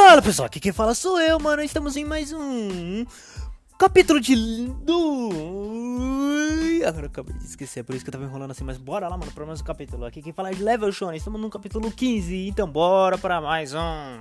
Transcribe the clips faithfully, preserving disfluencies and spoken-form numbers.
Fala pessoal, aqui quem fala sou eu, mano. Estamos em mais um capítulo de do. Agora eu acabei de esquecer, é por isso que eu tava enrolando assim. Mas bora lá, mano, pra mais um capítulo. Aqui quem fala é de Level Shonen. Estamos no capítulo quinze, então bora pra mais um.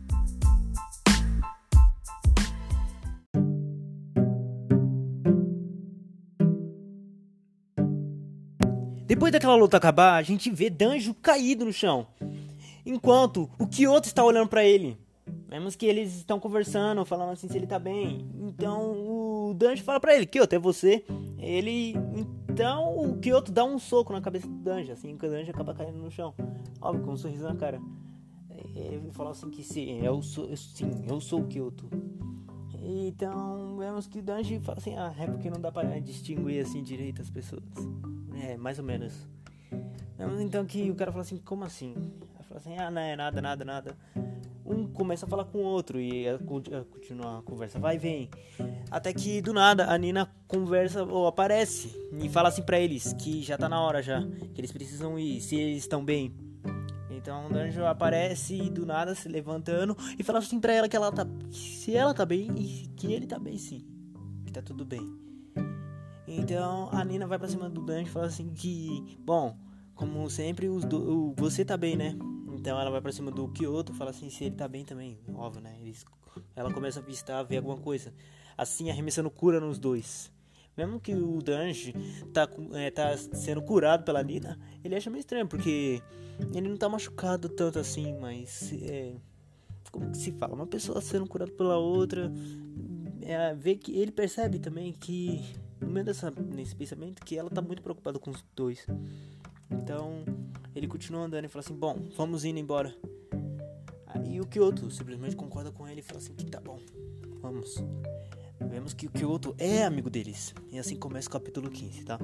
Depois daquela luta acabar, a gente vê Danjo caído no chão, enquanto o Kyoto está olhando pra ele. Vemos que eles estão conversando, falando assim se ele tá bem. Então o Danjo fala pra ele: Kyoto, é você? Ele... Então o Kyoto dá um soco na cabeça do Danjo, assim que o Danjo acaba caindo no chão. Óbvio, com um sorriso na cara. Ele fala assim que sim, eu sou, sim, eu sou o Kyoto. Então vemos que o Danjo fala assim: ah, é porque não dá pra distinguir assim direito as pessoas. É, mais ou menos. Vemos então que o cara fala assim: como assim? Ele fala assim: ah, não é nada, nada, nada. Um começa a falar com o outro e continua a conversa, vai e vem. Até que do nada a Nina conversa ou aparece e fala assim pra eles que já tá na hora já, que eles precisam ir, se eles estão bem. Então o Danjo aparece do nada se levantando e fala assim pra ela que ela tá, se ela tá bem e que ele tá bem sim, que tá tudo bem. Então a Nina vai pra cima do Danjo e fala assim que, bom, como sempre os do, o, você tá bem, né? Então ela vai pra cima do Kyoto, fala assim se ele tá bem também, óbvio, né? Eles, ela começa a avistar, ver alguma coisa, assim arremessando cura nos dois. Mesmo que o Danjo tá, é, tá sendo curado pela Nina, ele acha meio estranho, porque ele não tá machucado tanto assim, mas é, como que se fala? Uma pessoa sendo curada pela outra, é, vê que ele percebe também que, no meio dessa, nesse pensamento, que ela tá muito preocupada com os dois. Então ele continua andando e fala assim: bom, vamos indo embora. Aí o Kyoto simplesmente concorda com ele e fala assim que tá bom, vamos. Vemos que o Kyoto é amigo deles. E assim começa o capítulo quinze, tá?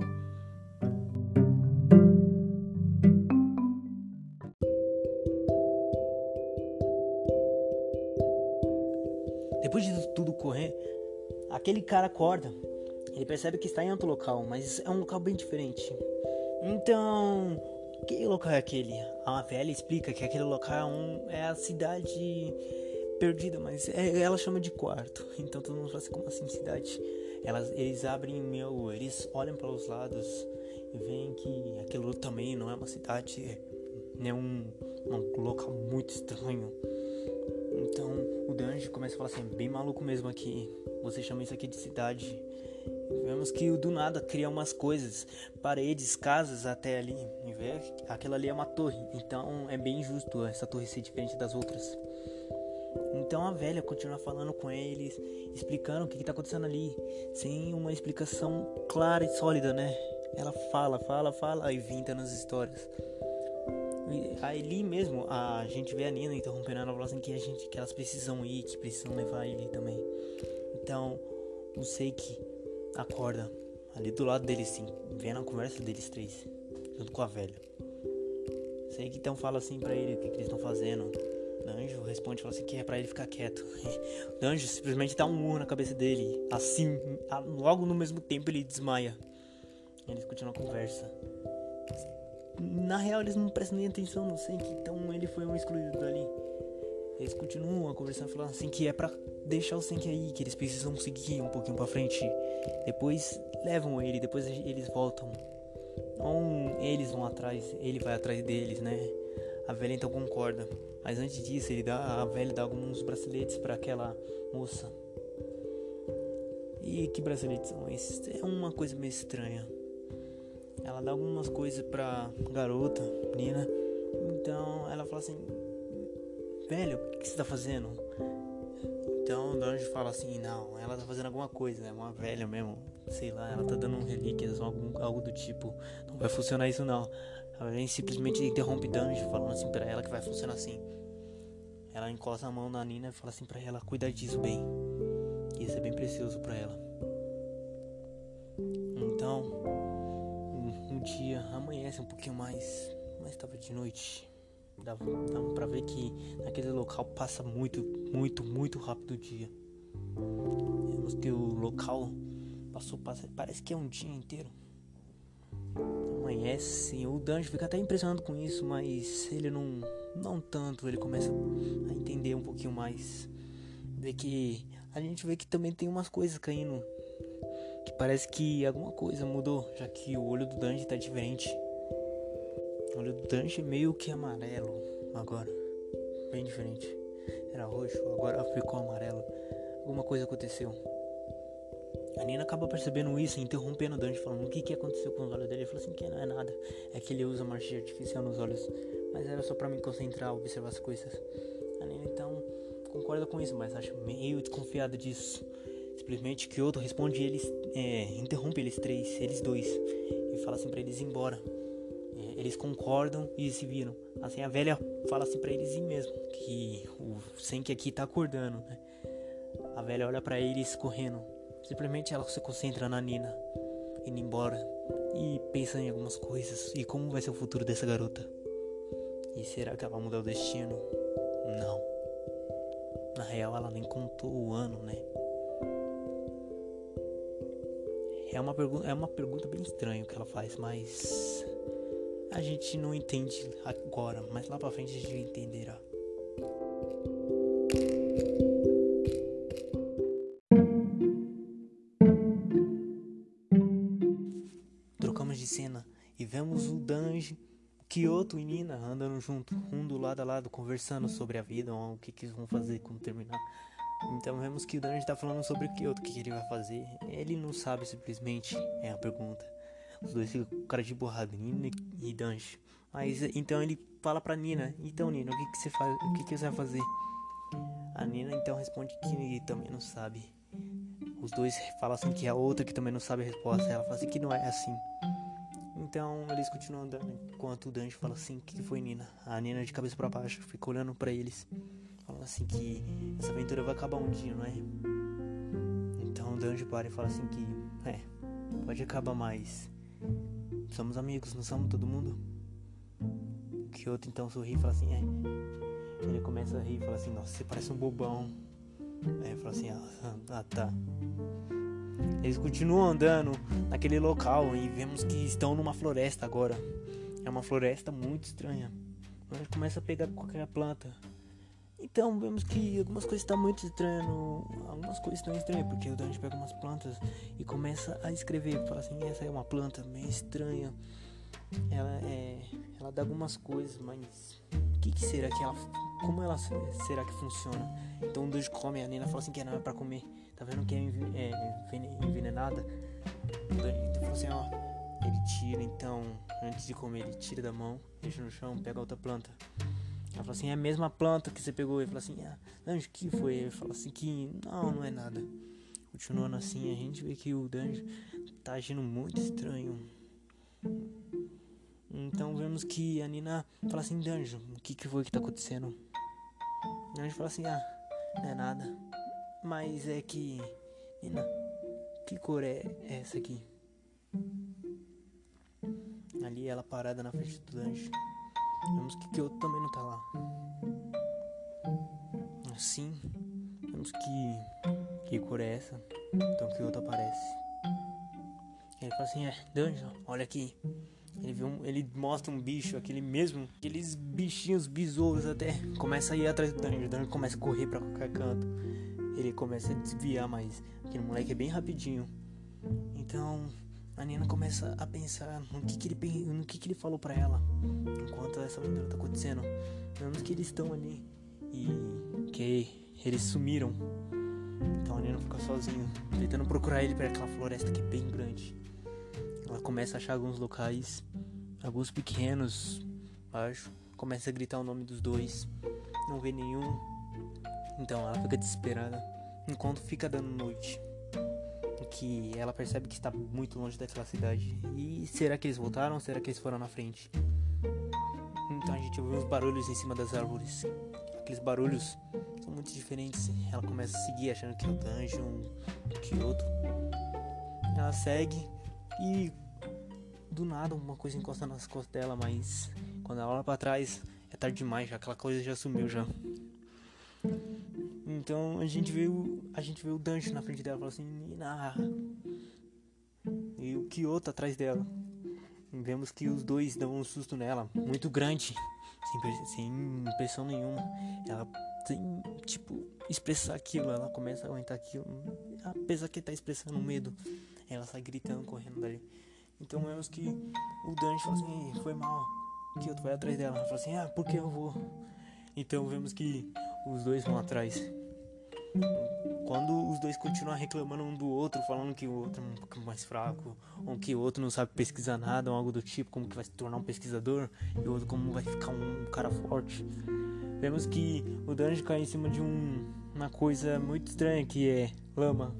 Depois de tudo correr, aquele cara acorda. Ele percebe que está em outro local, mas é um local bem diferente. Então, que local é aquele? A velha explica que aquele local é, um, é a cidade perdida, mas é, ela chama de quarto. Então todo mundo fala assim: como assim cidade? Elas, eles abrem meu, eles olham para os lados e veem que aquilo também não é uma cidade, é um, um local muito estranho. Então o Danjo começa a falar assim: é bem maluco mesmo aqui, você chama isso aqui de cidade? Vemos que do nada cria umas coisas, paredes, casas até ali, e vê que aquela ali é uma torre. Então é bem injusto essa torre ser diferente das outras. Então a velha continua falando com eles, explicando o que está acontecendo ali, sem uma explicação clara e sólida, né? Ela fala, fala, fala e vinta nas histórias. E ali mesmo a gente vê a Nina interrompendo ela, falando assim que, a gente, que elas precisam ir, que precisam levar ele também. Então o Seiki acorda ali do lado deles, sim, vendo a conversa deles três, junto com a velha. Seiki então fala assim pra ele o que, que eles estão fazendo. Danjo responde, fala assim que é pra ele ficar quieto. Danjo simplesmente dá um murro na cabeça dele, assim, logo no mesmo tempo ele desmaia. Eles continuam a conversa. Na real eles não prestam nem atenção no Senki, então ele foi um excluído dali. Eles continuam a conversar, falando assim que é pra deixar o Senki aí, que eles precisam seguir um pouquinho pra frente. Depois levam ele, depois eles voltam. Ou eles vão atrás, ele vai atrás deles, né? A velha então concorda. Mas antes disso, ele dá, a velha dá alguns braceletes pra aquela moça. E que braceletes são esses? É uma coisa meio estranha. Ela dá algumas coisas pra garota, Nina. Então ela fala assim: velho, o que você tá fazendo? Então o Danjo fala assim: não, ela tá fazendo alguma coisa, é uma velha mesmo, sei lá, ela tá dando um relíquias ou algum, algo do tipo. Não vai funcionar isso não. A velha simplesmente interrompe Danjo, falando assim pra ela que vai funcionar assim. Ela encosta a mão na Nina e fala assim pra ela cuidar disso bem, que isso é bem precioso pra ela. Então um, um dia amanhece um pouquinho mais, mas estava de noite. Dá, dá pra ver que naquele local passa muito, muito, muito rápido o dia. Vemos que o local passou, passa, parece que é um dia inteiro. Amanhece, o Danjo fica até impressionado com isso, mas ele não, não tanto, ele começa a entender um pouquinho mais. Vê que a gente vê que também tem umas coisas caindo, que parece que alguma coisa mudou, já que o olho do Danji tá diferente. O olho do Danji é meio que amarelo agora, bem diferente. Era roxo, agora ficou amarelo. Alguma coisa aconteceu. A Nina acaba percebendo isso, interrompendo o Danji, falando o que que aconteceu com os olhos dele. Ele falou assim que não é nada, é que ele usa magia artificial nos olhos, mas era só pra me concentrar, observar as coisas. A Nina então concorda com isso, mas acha meio desconfiada disso. Simplesmente Kyoto responde eles, é, interrompe eles três, eles dois, e fala assim pra eles ir embora. É, eles concordam e se viram. Assim a velha fala assim pra eles ir mesmo, que o Senki aqui tá acordando, né? A velha olha pra eles correndo. Simplesmente ela se concentra na Nina indo embora e pensa em algumas coisas e como vai ser o futuro dessa garota. E será que ela vai mudar o destino? Não. Na real ela nem contou o ano, né? É uma, pergu- é uma pergunta bem estranha que ela faz, mas a gente não entende agora, mas lá pra frente a gente entenderá. Trocamos de cena e vemos o Danji, Kyoto e Nina andando junto, um do lado a lado, conversando sobre a vida, ou o que, que eles vão fazer quando terminar. Então vemos que o Danji tá falando sobre o Kyoto, o que, que ele vai fazer. Ele não sabe simplesmente, é a pergunta. Os dois ficam com cara de borrada, Nina e Danji. Mas então ele fala pra Nina, então Nina, o que, que você faz, o que, que você vai fazer? A Nina então responde que também não sabe. Os dois falam assim que a outra que também não sabe a resposta. Ela fala assim que não é assim. Então eles continuam andando enquanto o Danji fala assim, o que, que foi Nina? A Nina de cabeça pra baixo fica olhando pra eles, falando assim que essa aventura vai acabar um dia, não é? Então o Danji para e fala assim que é, pode acabar, mas somos amigos, não somos todo mundo? O Kyoto então sorri e fala assim, é. Ele começa a rir e fala assim, nossa, você parece um bobão. Aí ele fala assim, ah, ah tá. Eles continuam andando naquele local e vemos que estão numa floresta agora. É uma floresta muito estranha. Ele começa a pegar qualquer planta. Então vemos que algumas coisas estão muito estranhas. No... Algumas coisas estão estranhas, porque o Danji pega umas plantas e começa a escrever. Fala assim, essa é uma planta meio estranha. Ela é. Ela dá algumas coisas, mas o que, que será que ela. Como ela será que funciona? Então o Danji come, a Nina fala assim que não é pra comer. Tá vendo que é, enven... é envenenada? O Danji fala assim, ó. Ele tira então, antes de comer, ele tira da mão, deixa no chão, pega outra planta. Ela fala assim, é a mesma planta que você pegou. Ele fala assim, ah, Danji, o que foi? Ele fala assim que não, não é nada. Continuando assim, a gente vê que o Danji tá agindo muito estranho. Então vemos que a Nina fala assim, Danji, o que, que foi que tá acontecendo? O Danji fala assim, ah, não é nada. Mas é que, Nina, que cor é essa aqui? Ali ela parada na frente do Danji. Vemos que Kyoto também não tá lá. Assim, vemos que que cor é essa? Então Kyoto aparece. Ele fala assim, é, Danji, olha aqui. Ele, vê um, ele mostra um bicho, aquele mesmo, aqueles bichinhos besouros até. Começa a ir atrás do Danji. O Danji começa a correr pra qualquer canto. Ele começa a desviar, mas aquele moleque é bem rapidinho. Então a Nina começa a pensar no que, que, ele, no que, que ele falou pra ela enquanto essa aventura tá acontecendo. Vemos que eles estão ali e que eles sumiram. Então a Nina fica sozinha, tentando procurar ele para aquela floresta que é bem grande. Ela começa a achar alguns locais, alguns pequenos, acho. Começa a gritar o nome dos dois, não vê nenhum. Então ela fica desesperada enquanto fica dando noite. Que ela percebe que está muito longe daquela cidade. E será que eles voltaram ou será que eles foram na frente? Então a gente ouve uns barulhos em cima das árvores. Aqueles barulhos são muito diferentes. Ela começa a seguir achando que é o Danji, um Kyoto. Ela segue e do nada uma coisa encosta nas costas dela, mas quando ela olha pra trás é tarde demais, já aquela coisa já sumiu já. Então a gente vê o, a gente vê o Danji na frente dela e fala assim, Nina. E o Kyoto atrás dela. E vemos que os dois dão um susto nela, muito grande. sem, sem impressão nenhuma. Ela sem, tipo, expressar aquilo, ela começa a aguentar aquilo, apesar que tá expressando medo, ela sai gritando, correndo dali. Então vemos que o Danji fala assim, foi mal, que outro vai atrás dela. Ela fala assim, ah, por que eu vou? Então vemos que os dois vão atrás. Quando os dois continuam reclamando um do outro, falando que o outro é um pouco mais fraco, ou que o outro não sabe pesquisar nada, ou algo do tipo, como que vai se tornar um pesquisador, e o outro como vai ficar um cara forte, vemos que o Danji cai em cima de um, uma coisa muito estranha, que é lama.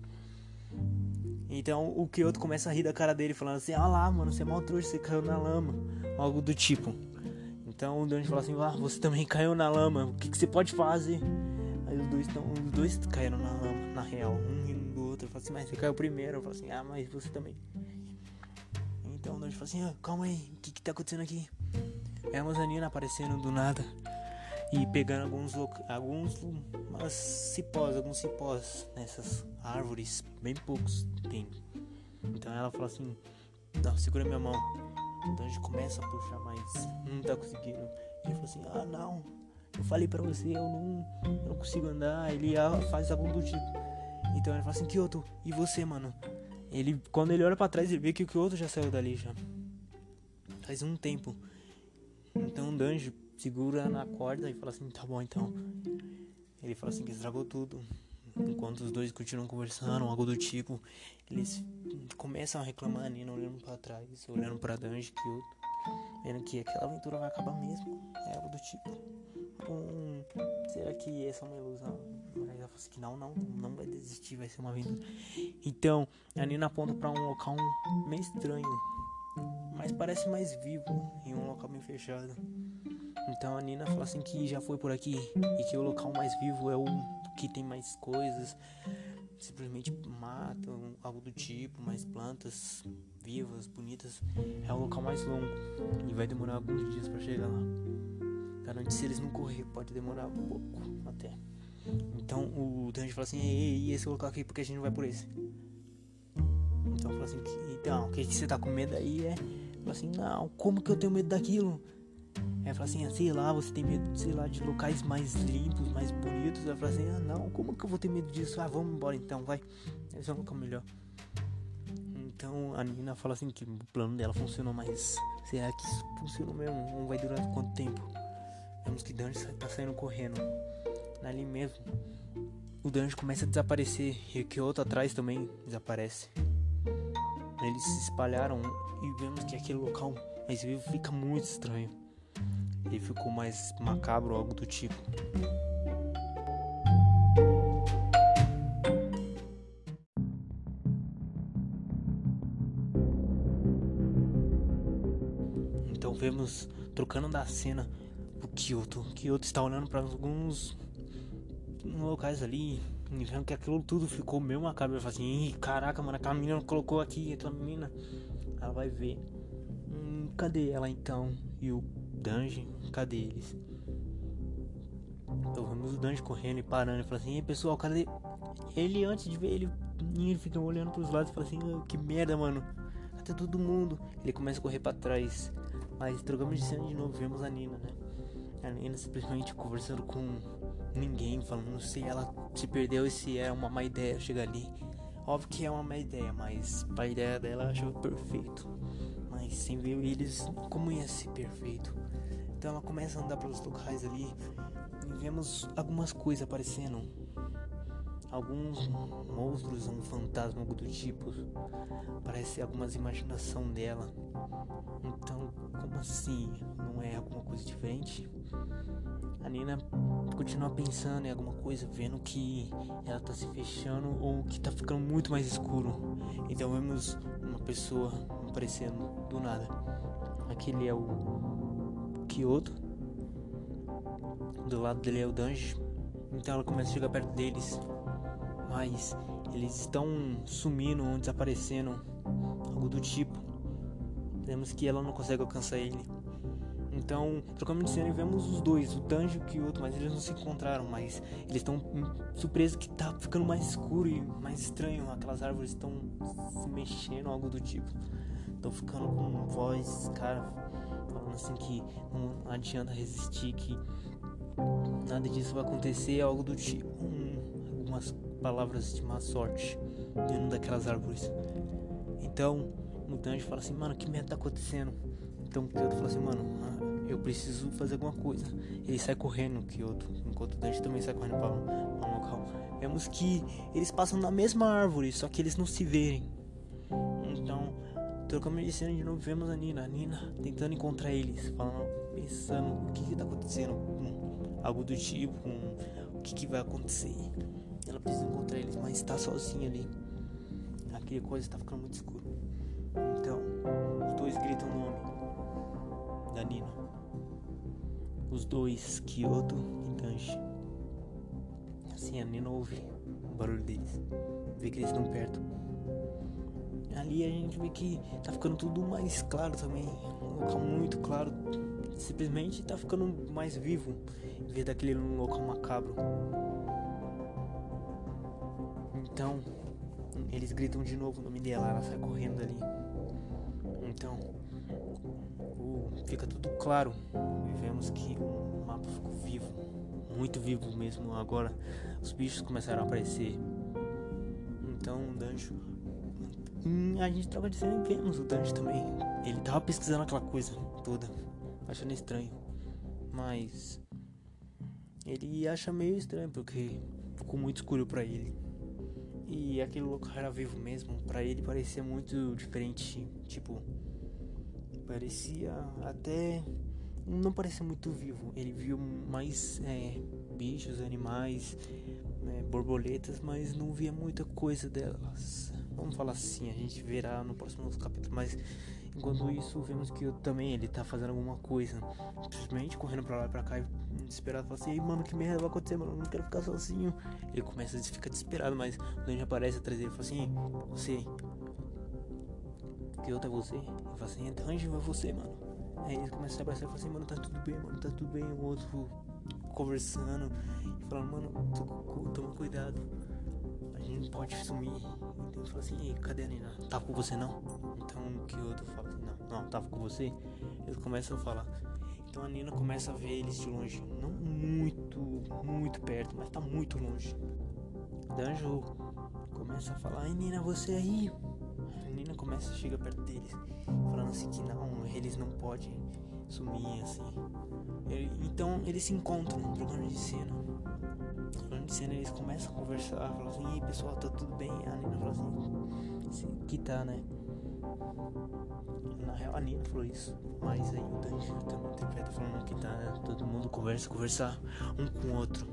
Então o Kyoto começa a rir da cara dele, falando assim, ah lá, mano, você é mal trouxa, você caiu na lama, algo do tipo. Então o Danji fala assim, ah, você também caiu na lama, o que, que você pode fazer? Aí os dois, tão, os dois caíram na lama, na real, um rindo do outro. Eu falo assim, mas você caiu primeiro. Eu falo assim, ah, mas você também. Então o Danji fala assim, ah, calma aí, o que que tá acontecendo aqui? É uma Zanina aparecendo do nada e pegando alguns, alguns umas cipós, alguns cipós nessas árvores, bem poucos tem. Então ela fala assim, não, segura minha mão. O Danji começa a puxar, mas não tá conseguindo. Ele fala assim, ah, não. Eu falei pra você, eu não, eu não consigo andar. Ele faz algum do tipo. Então ele fala assim, Kyoto, e você, mano? Ele, quando ele olha pra trás, ele vê que o Kyoto já saiu dali já. Faz um tempo. Então o Danji segura na corda e fala assim, tá bom então. Ele fala assim que estragou tudo. Enquanto os dois continuam conversando, algo do tipo, eles começam a reclamar, a Nina olhando pra trás, olhando pra Danji, Kyoto, vendo que aquela aventura vai acabar mesmo. É algo do tipo. Hum, será que essa é uma ilusão? Mas ela falou assim que não, não, não vai desistir, vai ser uma aventura. Então, a Nina aponta pra um local meio estranho, mas parece mais vivo, em um local bem fechado. Então a Nina fala assim que já foi por aqui e que o local mais vivo é o que tem mais coisas, simplesmente matam, algo do tipo, mais plantas vivas, bonitas. É o local mais longo e vai demorar alguns dias pra chegar lá. Garante se eles não correr, pode demorar um pouco até. Então o Danji fala assim, ei, ei, esse local aqui, porque a gente não vai por esse? Então fala assim, então, o que você tá com medo aí é? Fala assim, não, como que eu tenho medo daquilo? Aí fala assim, sei lá, você tem medo, sei lá, de locais mais limpos, mais bonitos. Aí fala assim, ah não, como que eu vou ter medo disso? Ah, vamos embora então, vai. Esse é um local melhor. Então a Nina fala assim que o plano dela funcionou, mas será que isso funcionou mesmo? Não vai durar quanto tempo? Vemos que Danji tá saindo correndo. Ali mesmo, o Danji começa a desaparecer e o Kyoto atrás também desaparece. Eles se espalharam e vemos que aquele local mais vivo fica muito estranho. Ele ficou mais macabro, algo do tipo. Então vemos, trocando da cena, o Kyoto. O Kyoto está olhando para alguns locais ali e vendo que aquilo tudo ficou meio macabro. Ele fala assim, ih, caraca, mano, aquela menina colocou aqui, aquela menina. Ela vai ver. Hum, cadê ela então? E o Danji, cadê eles? Então vemos o Danji correndo e parando. Ele fala assim, ei pessoal, cadê? Ele, antes de ver ele, ele fica olhando pros lados e fala assim, oh, que merda, mano, cadê todo mundo? Ele começa a correr pra trás. Mas trocamos de cena de novo, vemos a Nina, né? A Nina simplesmente conversando com ninguém, falando se ela se perdeu e se é uma má ideia chegar ali. Óbvio que é uma má ideia, mas a ideia dela achou perfeito. Mas sem ver eles, como ia ser perfeito? Então ela começa a andar pelos locais ali e vemos algumas coisas aparecendo. Alguns monstros, um fantasma, algo do tipo. Parece algumas imaginação dela. Então, como assim? Não é alguma coisa diferente? A Nina continua pensando em alguma coisa, vendo que ela tá se fechando ou que tá ficando muito mais escuro. Então vemos uma pessoa aparecendo do nada. Aquele é o Kyoto. Do lado dele é o Danji. Então ela começa a chegar perto deles, mas eles estão sumindo ou desaparecendo, algo do tipo. Vemos que ela não consegue alcançar ele. Então trocamos de cena e vemos os dois, o Danji e o Kyoto, mas eles não se encontraram. Mas eles estão surpresos que tá ficando mais escuro e mais estranho. Aquelas árvores estão se mexendo, algo do tipo. Estão ficando com voz, cara, falando assim que não adianta resistir, que nada disso vai acontecer, algo do tipo, um, algumas palavras de má sorte dentro daquelas árvores. Então o Tanjiro fala assim, mano, que merda tá acontecendo? Então o Kyoto fala assim, mano, eu preciso fazer alguma coisa. Ele sai correndo, o Kyoto, enquanto o Tanjiro também sai correndo para um local. Vemos que eles passam na mesma árvore, só que eles não se verem. Então, trocamos de cena de novo, vemos a Nina, a Nina tentando encontrar eles, falando, pensando o que que tá acontecendo, com algo do tipo, com o que que vai acontecer. Ela precisa encontrar eles, mas está sozinha ali. Aquela coisa está ficando muito escuro. Então, os dois gritam o nome da Nina. Os dois, Kyoto e Tanjiro. Assim, a Nina ouve o barulho deles, vê que eles estão perto. Ali a gente vê que tá ficando tudo mais claro também, um local muito claro, simplesmente tá ficando mais vivo em vez daquele local macabro. Então eles gritam de novo o nome dela, ela sai correndo ali. Então o, fica tudo claro e vemos que o mapa ficou vivo, muito vivo mesmo. Agora os bichos começaram a aparecer. Então o Danjo, hum, a gente troca de cena e vemos o Danjo também. Ele tava pesquisando aquela coisa toda, achando estranho, mas ele acha meio estranho porque ficou muito escuro pra ele. E aquele local era vivo mesmo, pra ele parecia muito diferente, tipo, parecia até, não parecia muito vivo. Ele viu mais é, bichos, animais, é, borboletas, mas não via muita coisa delas. Vamos falar assim, a gente verá no próximo capítulo, mas enquanto isso vemos que eu também, ele tá fazendo alguma coisa, simplesmente correndo pra lá e pra cá, desesperado, fala assim, ei mano, que merda vai acontecer, mano, eu não quero ficar sozinho. Ele começa a ficar desesperado, mas o Danjo aparece atrás dele e fala assim, você, que outro é você? Ele fala assim, Danjo, é você, mano. Aí ele começa a se abraçar e fala assim, mano, tá tudo bem, mano, tá tudo bem. O outro conversando e falando, mano, toma cuidado, a gente não pode sumir. Então ele fala assim, ei, cadê a Nina? Tava com você não? Então o que outro fala assim, não, não, tava com você? Eles começam a falar. Então a Nina começa a ver eles de longe, não muito, muito perto, mas tá muito longe. Danjo começa a falar, ai Nina, você aí? A Nina começa a chegar perto deles, falando assim que não, eles não podem sumir assim. Ele, então eles se encontram, trocando de cena. Trocando de cena, eles começam a conversar, falam assim, ei pessoal, tá tudo bem? A Nina fala assim, que tá, né? Na real a Nina falou isso, mas aí o Danjo também interpreta falando que tá, né? Todo mundo conversa, conversar um com o outro.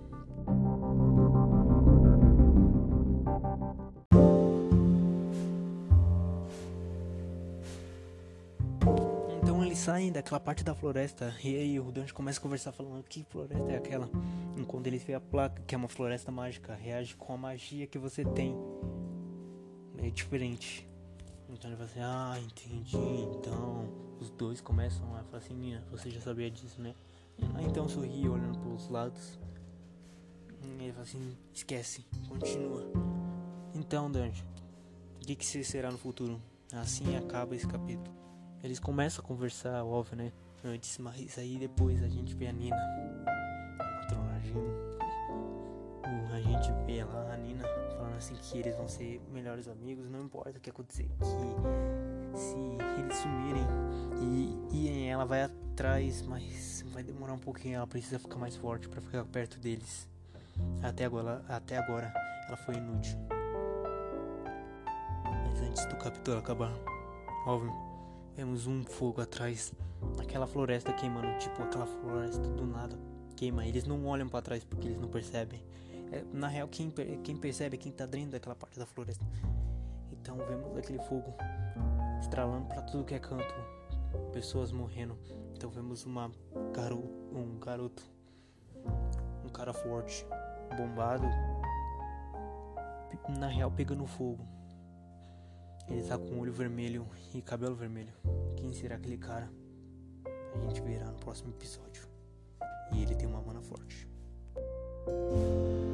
Então eles saem daquela parte da floresta e aí o Danjo começa a conversar falando que floresta é aquela. Enquanto eles vê a placa que é uma floresta mágica, reage com a magia que você tem. É diferente. Então ele fala assim, ah, entendi. Então os dois começam a falar assim, Nina, você já sabia disso, né? Ah, então sorri olhando pros lados. E ele fala assim, esquece, continua. Então Danjo, o que que você será no futuro? Assim acaba esse capítulo. Eles começam a conversar, óbvio, né? Antes, mas aí depois a gente vê a Nina. Uma trollagem. A gente vê lá a Nina falando assim que eles vão ser melhores amigos, não importa o que acontecer, que se eles sumirem e, e ela vai atrás, mas vai demorar um pouquinho, ela precisa ficar mais forte pra ficar perto deles. Até agora, até agora ela foi inútil. Mas antes do capítulo acabar, óbvio, vemos um fogo atrás, aquela floresta queimando, tipo aquela floresta do nada queima. Eles não olham pra trás porque eles não percebem. É, na real, quem, quem percebe é quem tá dentro daquela parte da floresta. Então vemos aquele fogo estralando pra tudo que é canto, pessoas morrendo. Então vemos uma garo, um garoto, um cara forte, bombado, na real pegando fogo. Ele tá com olho vermelho e cabelo vermelho. Quem será aquele cara? A gente verá no próximo episódio. E ele tem uma mana forte.